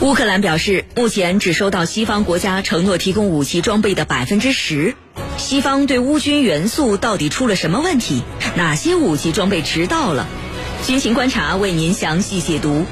乌克兰表示，目前只收到西方国家承诺提供武器装备的10%。西方对乌军援助到底出了什么问题？哪些武器装备迟到了？军情观察为您详细解读。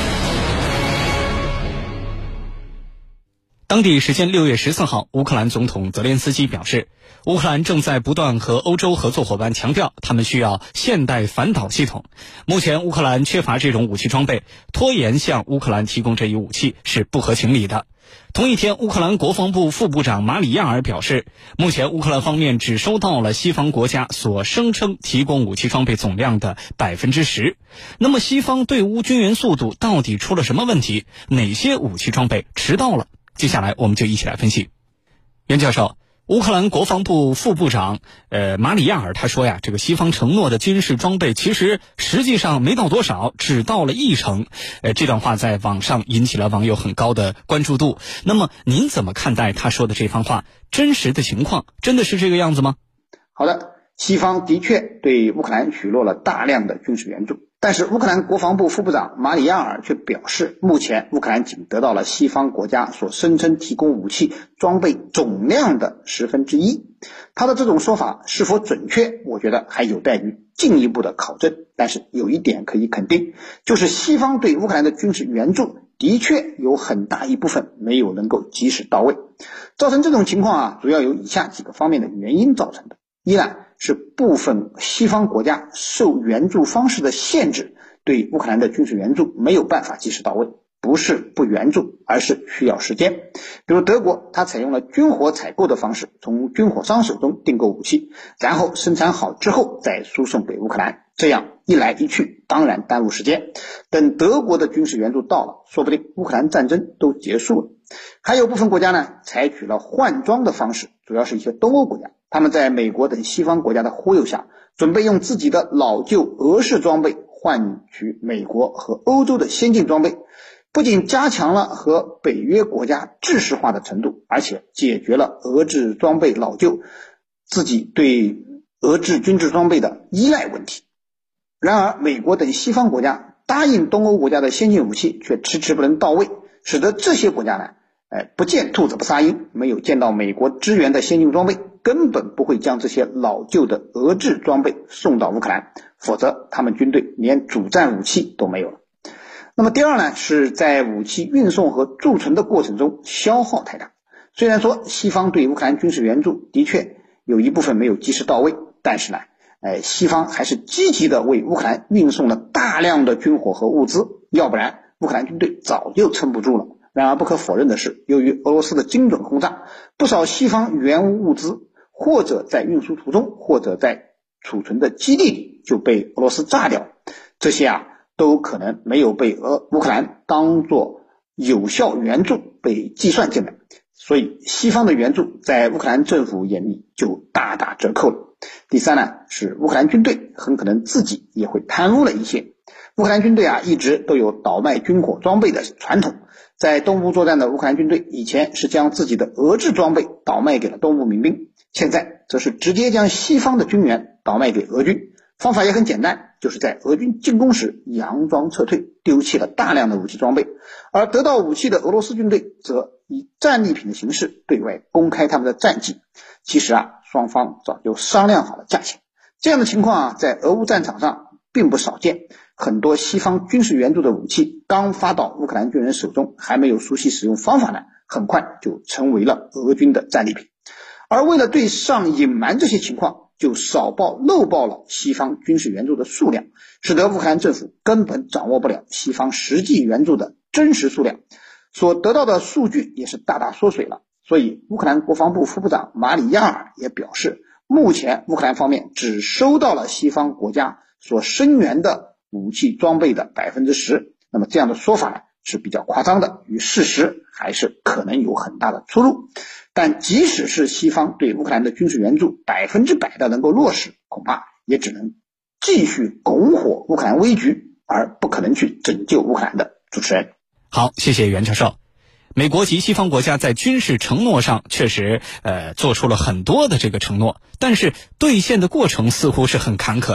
当地时间6月14号，乌克兰总统泽连斯基表示，乌克兰正在不断和欧洲合作伙伴强调，他们需要现代反导系统。目前乌克兰缺乏这种武器装备，拖延向乌克兰提供这一武器是不合情理的。同一天，乌克兰国防部副部长马里亚尔表示，目前乌克兰方面只收到了西方国家所声称提供武器装备总量的10%。那么西方对乌军援速度到底出了什么问题？哪些武器装备迟到了？接下来我们就一起来分析。袁教授，乌克兰国防部副部长马里亚尔他说呀，这个西方承诺的军事装备其实实际上没到多少，只到了1成。这段话在网上引起了网友很高的关注度。那么您怎么看待他说的这番话？真实的情况真的是这个样子吗？ 好的，西方的确对乌克兰许诺了大量的军事援助，但是乌克兰国防部副部长马里亚尔却表示，目前乌克兰仅得到了西方国家所声称提供武器装备总量的1/10。他的这种说法是否准确，我觉得还有待于进一步的考证。但是有一点可以肯定，就是西方对乌克兰的军事援助的确有很大一部分没有能够及时到位。造成这种情况主要有以下几个方面的原因造成的。一呢，是部分西方国家受援助方式的限制，对乌克兰的军事援助没有办法及时到位，不是不援助，而是需要时间。比如德国，它采用了军火采购的方式，从军火商手中订购武器，然后生产好之后再输送给乌克兰，这样一来一去当然耽误时间。等德国的军事援助到了，说不定乌克兰战争都结束了。还有部分国家呢，采取了换装的方式，主要是一些东欧国家，他们在美国等西方国家的忽悠下，准备用自己的老旧俄式装备换取美国和欧洲的先进装备，不仅加强了和北约国家制式化的程度，而且解决了俄制装备老旧自己对俄制军事装备的依赖问题。然而美国等西方国家答应东欧国家的先进武器却迟迟不能到位，使得这些国家呢不见兔子不撒鹰，没有见到美国支援的先进装备，根本不会将这些老旧的俄制装备送到乌克兰，否则他们军队连主战武器都没有了。那么第二呢，是在武器运送和贮存的过程中消耗太大。虽然说西方对乌克兰军事援助的确有一部分没有及时到位，但是呢西方还是积极的为乌克兰运送了大量的军火和物资，要不然乌克兰军队早就撑不住了。然而不可否认的是，由于俄罗斯的精准轰炸，不少西方援物资或者在运输途中，或者在储存的基地里就被俄罗斯炸掉，这些都可能没有被乌克兰当作有效援助被计算进来，所以西方的援助在乌克兰政府眼里就大打折扣了。第三呢，是乌克兰军队很可能自己也会贪污了一些。乌克兰军队一直都有倒卖军火装备的传统，在东部作战的乌克兰军队以前是将自己的俄制装备倒卖给了东部民兵，现在则是直接将西方的军援倒卖给俄军。方法也很简单，就是在俄军进攻时佯装撤退，丢弃了大量的武器装备，而得到武器的俄罗斯军队则以战利品的形式对外公开他们的战绩。其实双方早就商量好了价钱。这样的情况在俄乌战场上并不少见，很多西方军事援助的武器刚发到乌克兰军人手中，还没有熟悉使用方法呢，很快就成为了俄军的战利品。而为了对上隐瞒这些情况，就少报漏报了西方军事援助的数量，使得乌克兰政府根本掌握不了西方实际援助的真实数量，所得到的数据也是大大缩水了。所以乌克兰国防部副部长马里亚尔也表示，目前乌克兰方面只收到了西方国家所声援的武器装备的10%，那么这样的说法呢是比较夸张的，与事实还是可能有很大的出入。但即使是西方对乌克兰的军事援助100%的能够落实，恐怕也只能继续拱火乌克兰危局，而不可能去拯救乌克兰的。主持人， 好，谢谢袁教授。美国及西方国家在军事承诺上确实做出了很多的这个承诺，但是兑现的过程似乎是很坎坷的。那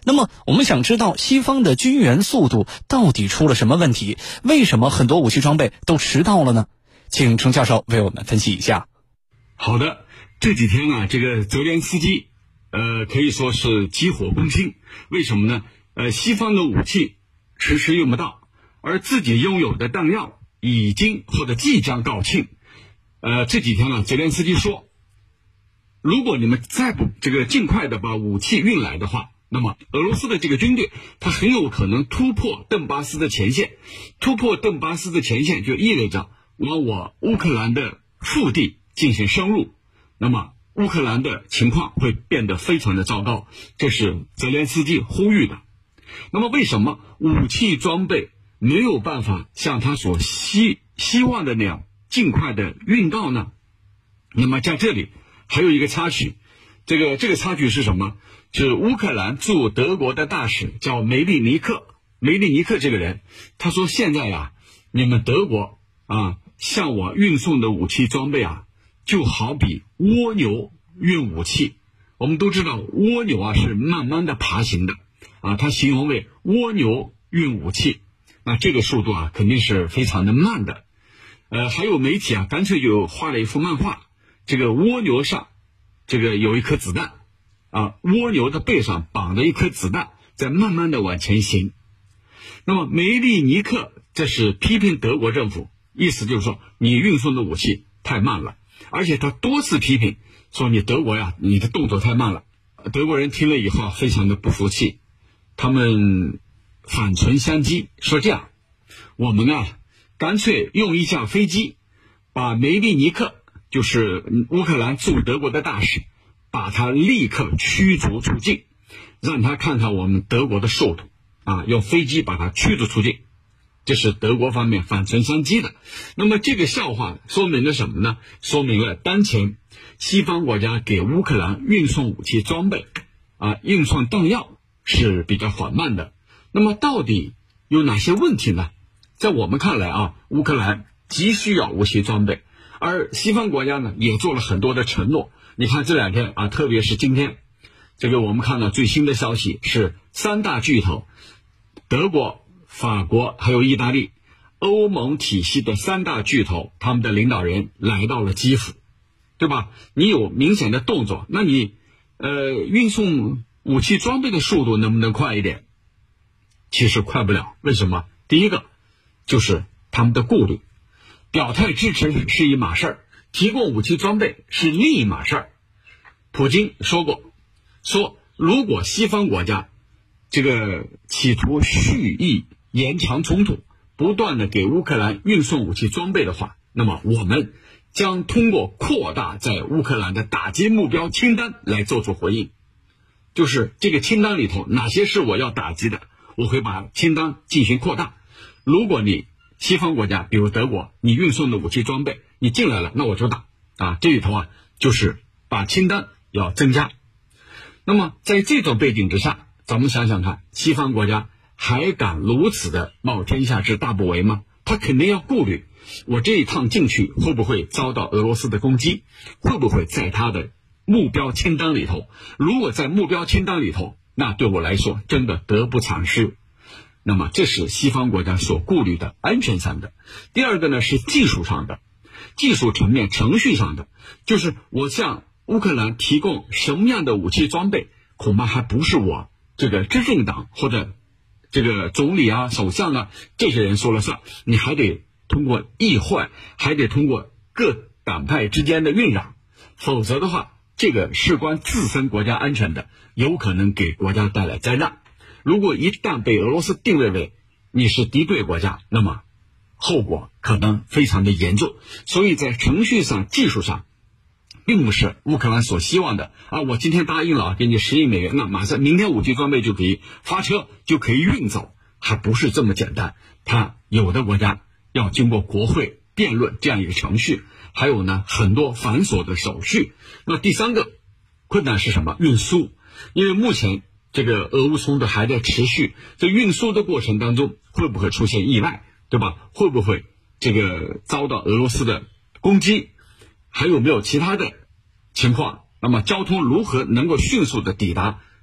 那么我们想知道西方的军援速度到底出了什么问题？为什么很多武器装备都迟到了呢？请程教授为我们分析一下。 好的，这几天啊，这个泽连斯基可以说是急火攻心。为什么呢？西方的武器迟迟用不到，而自己拥有的弹药已经或者即将告罄。这几天呢，泽连斯基说，如果你们再不尽快的把武器运来的话，那么俄罗斯的这个军队它很有可能突破顿巴斯的前线。突破顿巴斯的前线就意味着往我乌克兰的腹地进行深入，那么乌克兰的情况会变得非常的糟糕，这是泽连斯基呼吁的。那么为什么武器装备没有办法像他所希望的那样尽快的运到呢？那么在这里还有一个插曲，这个插曲是什么？是乌克兰驻德国的大使叫梅利尼克这个人，他说现在啊，你们德国啊向我运送的武器装备啊，就好比蜗牛运武器。我们都知道蜗牛啊是慢慢的爬行的啊，他形容为蜗牛运武器，那这个速度啊肯定是非常的慢的。还有媒体啊干脆就画了一幅漫画，这个蜗牛上有一颗子弹啊，蜗牛的背上绑着一颗子弹，在慢慢的往前行。那么梅利尼克这是批评德国政府，意思就是说你运送的武器太慢了，而且他多次批评说你德国呀，你的动作太慢了。德国人听了以后非常的不服气，他们反唇相讥，说这样，我们啊干脆用一架飞机把梅利尼克，就是乌克兰驻德国的大使，把他立刻驱逐出境，让他看看我们德国的速度啊，用飞机把他驱逐出境。这是德国方面反唇相讥的。那么这个笑话说明了什么呢？说明了当前西方国家给乌克兰运送武器装备啊，运送弹药是比较缓慢的。那么到底有哪些问题呢？在我们看来啊，乌克兰急需要武器装备，而西方国家呢也做了很多的承诺。你看这两天啊，特别是今天，我们看到最新的消息是三大巨头德国、法国还有意大利，欧盟体系的三大巨头，他们的领导人来到了基辅，对吧？你有明显的动作，那你运送武器装备的速度能不能快一点？其实快不了。为什么？第一个就是他们的顾虑，表态支持是一码事儿，提供武器装备是另一码事儿。普京说过，说如果西方国家企图蓄意延长冲突，不断的给乌克兰运送武器装备的话，那么我们将通过扩大在乌克兰的打击目标清单来做出回应。就是这个清单里头哪些是我要打击的，我会把清单进行扩大。如果你西方国家比如德国，你运送的武器装备你进来了，那我就打啊，这里头啊就是把清单要增加。那么在这种背景之下，咱们想想看，西方国家还敢如此的冒天下之大不韪吗？他肯定要顾虑，我这一趟进去会不会遭到俄罗斯的攻击，会不会在他的目标清单里头，如果在目标清单里头，那对我来说真的得不偿失。那么这是西方国家所顾虑的安全上的。第二个呢是技术上的，技术层面程序上的，就是我向乌克兰提供什么样的武器装备，恐怕还不是我执政党或者总理啊、首相啊这些人说了算，你还得通过议会，还得通过各党派之间的酝酿，否则的话，这个事关自身国家安全的，有可能给国家带来灾难。如果一旦被俄罗斯定位为你是敌对国家，那么后果可能非常的严重。所以在程序上、技术上，并不是乌克兰所希望的啊！我今天答应了给你10亿美元，那马上明天武器装备就可以发车，就可以运走，还不是这么简单。它有的国家要经过国会辩论这样一个程序，还有呢很多繁琐的手续。那第三个困难是什么？运输。因为目前俄乌冲突还在持续，在运输的过程当中会不会出现意外，对吧？会不会遭到俄罗斯的攻击？还有没有其他的情况？那么交通如何能够迅速的抵达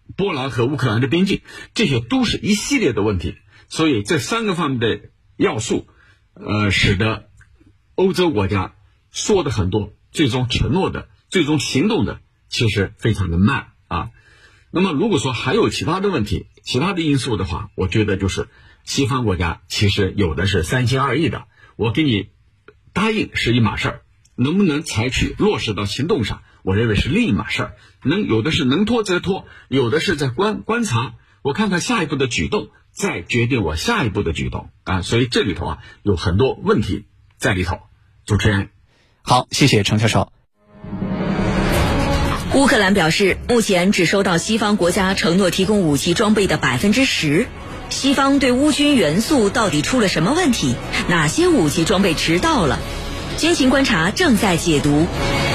波兰和乌克兰的边境，这些都是一系列的问题。所以这3个方面的要素，使得欧洲国家说的很多，最终承诺的、最终行动的其实非常的慢啊。那么如果说还有其他的问题、其他的因素的话，我觉得就是西方国家其实有的是3心2意的，我给你答应是一码事儿，能不能采取落实到行动上，我认为是另一码事儿。有的是能拖则拖，有的是在观察，我看看下一步的举动，再决定我下一步的举动啊。所以这里头有很多问题在里头。主持人， 好，谢谢程教授。 乌克兰表示，目前只收到西方国家承诺提供武器装备的10%。西方对乌军元素到底出了什么问题？哪些武器装备迟到了？军情观察正在解读。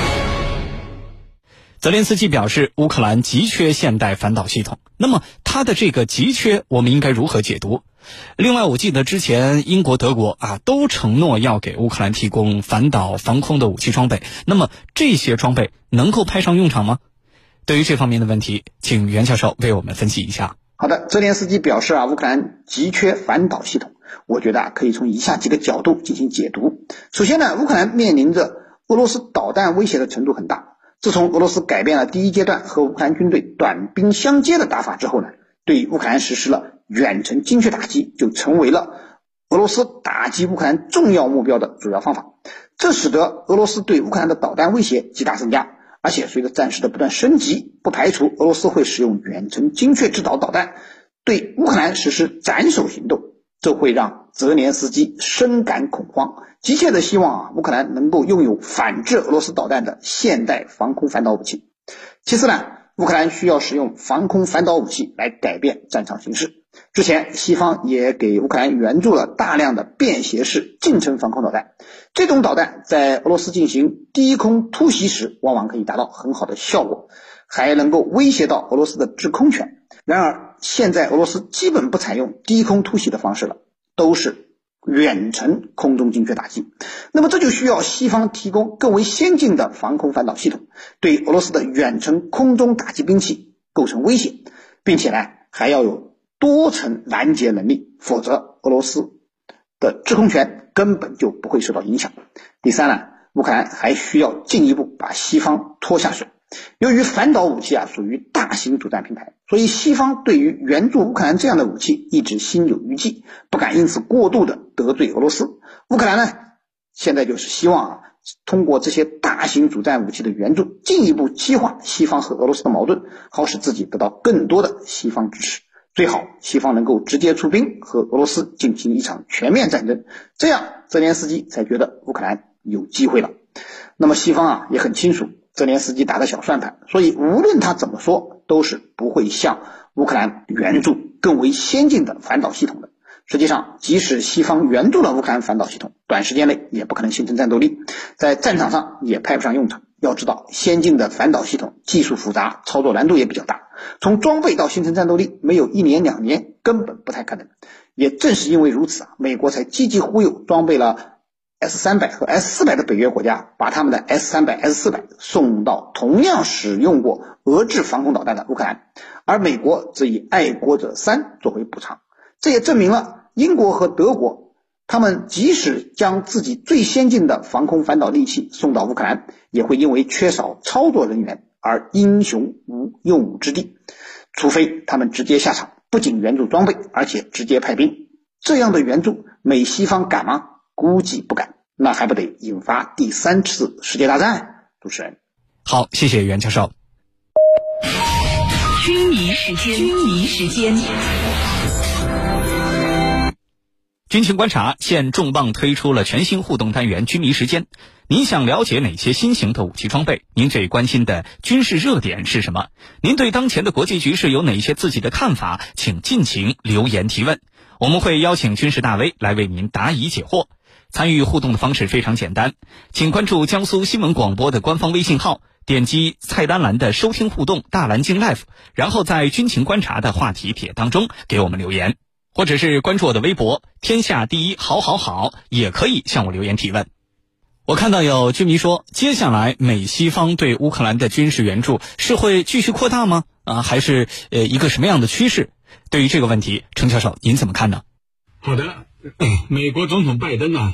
泽连斯基表示，乌克兰急缺现代反导系统。那么他的这个急缺，我们应该如何解读？另外，我记得之前英国、德国都承诺要给乌克兰提供反导防空的武器装备。那么这些装备能够派上用场吗？对于这方面的问题，请袁教授为我们分析一下。 好的，泽连斯基表示乌克兰急缺反导系统，我觉得可以从以下几个角度进行解读。首先呢，乌克兰面临着俄罗斯导弹威胁的程度很大。自从俄罗斯改变了第一阶段和乌克兰军队短兵相接的打法之后呢，对乌克兰实施了远程精确打击，就成为了俄罗斯打击乌克兰重要目标的主要方法。这使得俄罗斯对乌克兰的导弹威胁极大增加，而且随着战事的不断升级，不排除俄罗斯会使用远程精确制导导弹对乌克兰实施斩首行动。这会让泽连斯基深感恐慌，急切的希望乌克兰能够拥有反制俄罗斯导弹的现代防空反导武器。其次呢，乌克兰需要使用防空反导武器来改变战场形势。之前西方也给乌克兰援助了大量的便携式近程防空导弹，这种导弹在俄罗斯进行低空突袭时往往可以达到很好的效果，还能够威胁到俄罗斯的制空权。然而现在俄罗斯基本不采用低空突袭的方式了，都是远程空中精确打击。那么这就需要西方提供更为先进的防空反导系统，对俄罗斯的远程空中打击兵器构成威胁，并且呢还要有多层拦截能力，否则俄罗斯的制空权根本就不会受到影响。第三呢，乌克兰还需要进一步把西方拖下水。由于反导武器属于大型主战平台，所以西方对于援助乌克兰这样的武器一直心有余悸，不敢因此过度的得罪俄罗斯。乌克兰呢，现在就是希望通过这些大型主战武器的援助，进一步激化西方和俄罗斯的矛盾，好使自己得到更多的西方支持。最好西方能够直接出兵和俄罗斯进行一场全面战争，这样泽连斯基才觉得乌克兰有机会了。那么西方也很清楚泽连斯基打的小算盘，所以无论他怎么说，都是不会向乌克兰援助更为先进的反导系统的。实际上，即使西方援助了乌克兰反导系统，短时间内也不可能形成战斗力，在战场上也派不上用场。要知道，先进的反导系统技术复杂，操作难度也比较大，从装备到形成战斗力，没有1年2年根本不太可能。也正是因为如此美国才积极忽悠装备了S300和S400的北约国家，把他们的 S300、S400 送到同样使用过俄制防空导弹的乌克兰，而美国则以爱国者3作为补偿。这也证明了英国和德国，他们即使将自己最先进的防空反导利器送到乌克兰，也会因为缺少操作人员而英雄无用武之地，除非他们直接下场，不仅援助装备，而且直接派兵。这样的援助美西方敢吗？估计不敢，那还不得引发第3次世界大战？主持人， 好，谢谢袁教授。 军迷时间。 军情观察现重磅推出了全新互动单元军迷时间。您想了解哪些新型的武器装备？您最关心的军事热点是什么？您对当前的国际局势有哪些自己的看法？请尽情留言提问，我们会邀请军事大 V 来为您答疑解惑。参与互动的方式非常简单，请关注江苏新闻广播的官方微信号，点击菜单栏的收听互动大蓝鲸 Live， 然后在军情观察的话题帖当中给我们留言，或者是关注我的微博天下第一好好好，也可以向我留言提问。 我看到有居民说，接下来美西方对乌克兰的军事援助是会继续扩大吗？还是一个什么样的趋势？对于这个问题，程教授您怎么看呢？ 好的，美国总统拜登啊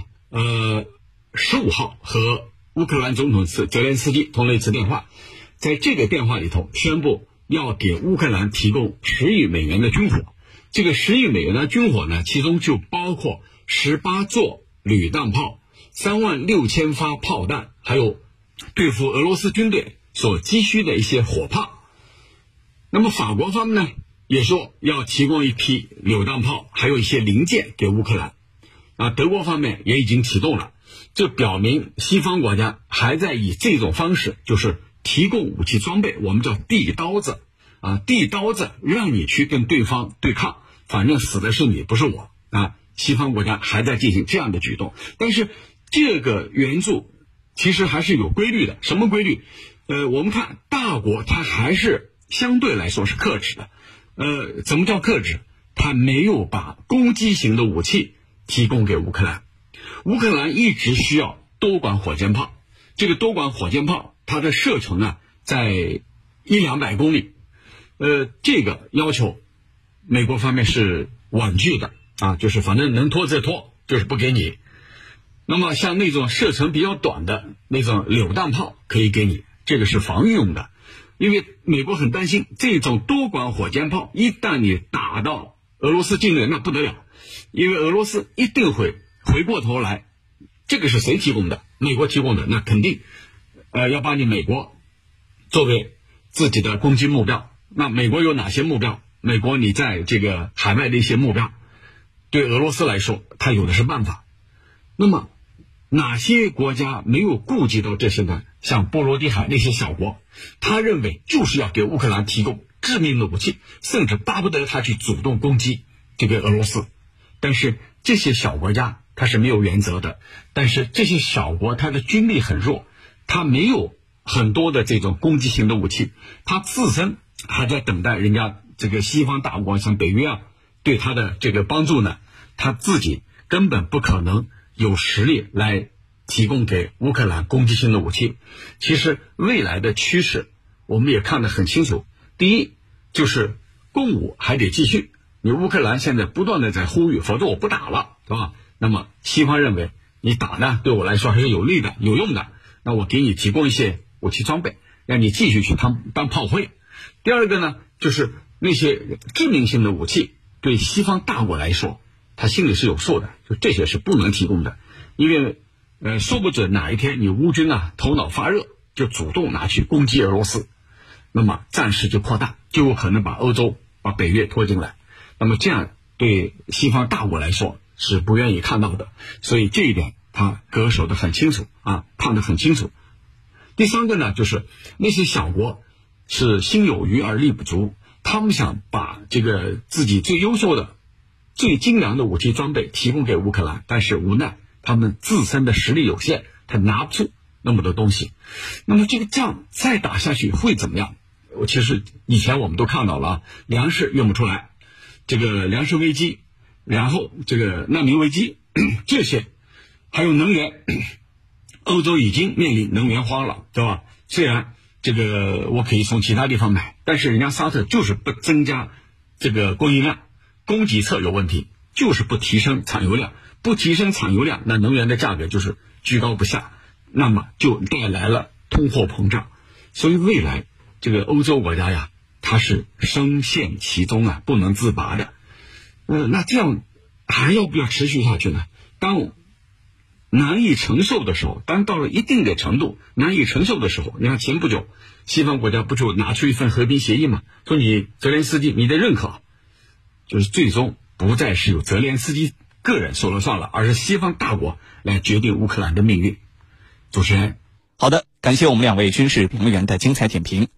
，15号和乌克兰总统泽连斯基通了一次电话，在这个电话里头宣布要给乌克兰提供10亿美元的军火。这个10亿美元的军火呢，其中就包括18座履弹炮、36000发炮弹，还有对付俄罗斯军队所急需的一些火炮。那么法国方面呢，也说要提供一批榴弹炮，还有一些零件给乌克兰。德国方面也已经启动了，这表明西方国家还在以这种方式，就是提供武器装备，我们叫递刀子递刀子，让你去跟对方对抗，反正死的是你，不是我西方国家还在进行这样的举动。但是这个援助其实还是有规律的。什么规律？我们看大国它还是相对来说是克制的。怎么叫克制？它没有把攻击型的武器提供给乌克兰。乌克兰一直需要多管火箭炮，这个多管火箭炮它的射程在100-200公里。这个要求美国方面是婉拒的就是反正能拖则拖，就是不给你。那么像那种射程比较短的那种榴弹炮可以给你，这个是防御用的。因为美国很担心这种多管火箭炮一旦你打到俄罗斯境内，那不得了，因为俄罗斯一定会回过头来，这个是谁提供的？美国提供的，那肯定要把你美国作为自己的攻击目标。那美国有哪些目标？美国你在这个海外的一些目标，对俄罗斯来说它有的是办法。那么哪些国家没有顾及到这些呢？像波罗的海那些小国，他认为就是要给乌克兰提供致命的武器，甚至巴不得他去主动攻击这个俄罗斯。但是这些小国家他是没有原则的，但是这些小国他的军力很弱，他没有很多的这种攻击型的武器，他自身还在等待人家这个西方大国像北约对他的这个帮助呢，他自己根本不可能有实力来提供给乌克兰攻击性的武器。其实未来的趋势我们也看得很清楚，第一就是共武还得继续，你乌克兰现在不断的在呼吁，否则我不打了，是吧？那么西方认为你打呢对我来说还是有利的有用的，那我给你提供一些武器装备，让你继续去当炮灰。第二个呢，就是那些致命性的武器对西方大国来说他心里是有数的，就这些是不能提供的。因为说不准哪一天你乌军头脑发热，就主动拿去攻击俄罗斯，那么战事就扩大，就有可能把欧洲把北约拖进来，那么这样对西方大国来说是不愿意看到的。所以这一点他恪守得很清楚看得很清楚。第三个呢，就是那些小国是心有余而力不足，他们想把这个自己最优秀的最精良的武器装备提供给乌克兰，但是无奈他们自身的实力有限，他拿不出那么多东西。那么这个仗再打下去会怎么样？其实以前我们都看到了粮食运不出来，这个粮食危机，然后这个难民危机，这些还有能源，欧洲已经面临能源荒了，对吧？虽然这个我可以从其他地方买，但是人家沙特就是不增加这个供应量，供给侧有问题，就是不提升产油量，不提升产油量，那能源的价格就是居高不下，那么就带来了通货膨胀。所以未来这个欧洲国家它是深陷其中不能自拔的。那这样还要不要持续下去呢？当难以承受的时候，当到了一定的程度难以承受的时候，你看前不久西方国家不就拿出一份和平协议吗？说你泽连斯基你得认可，就是最终不再是由泽连斯基个人说了算了，而是西方大国来决定乌克兰的命运。主持人， 好的，感谢我们两位军事评论员的精彩点评。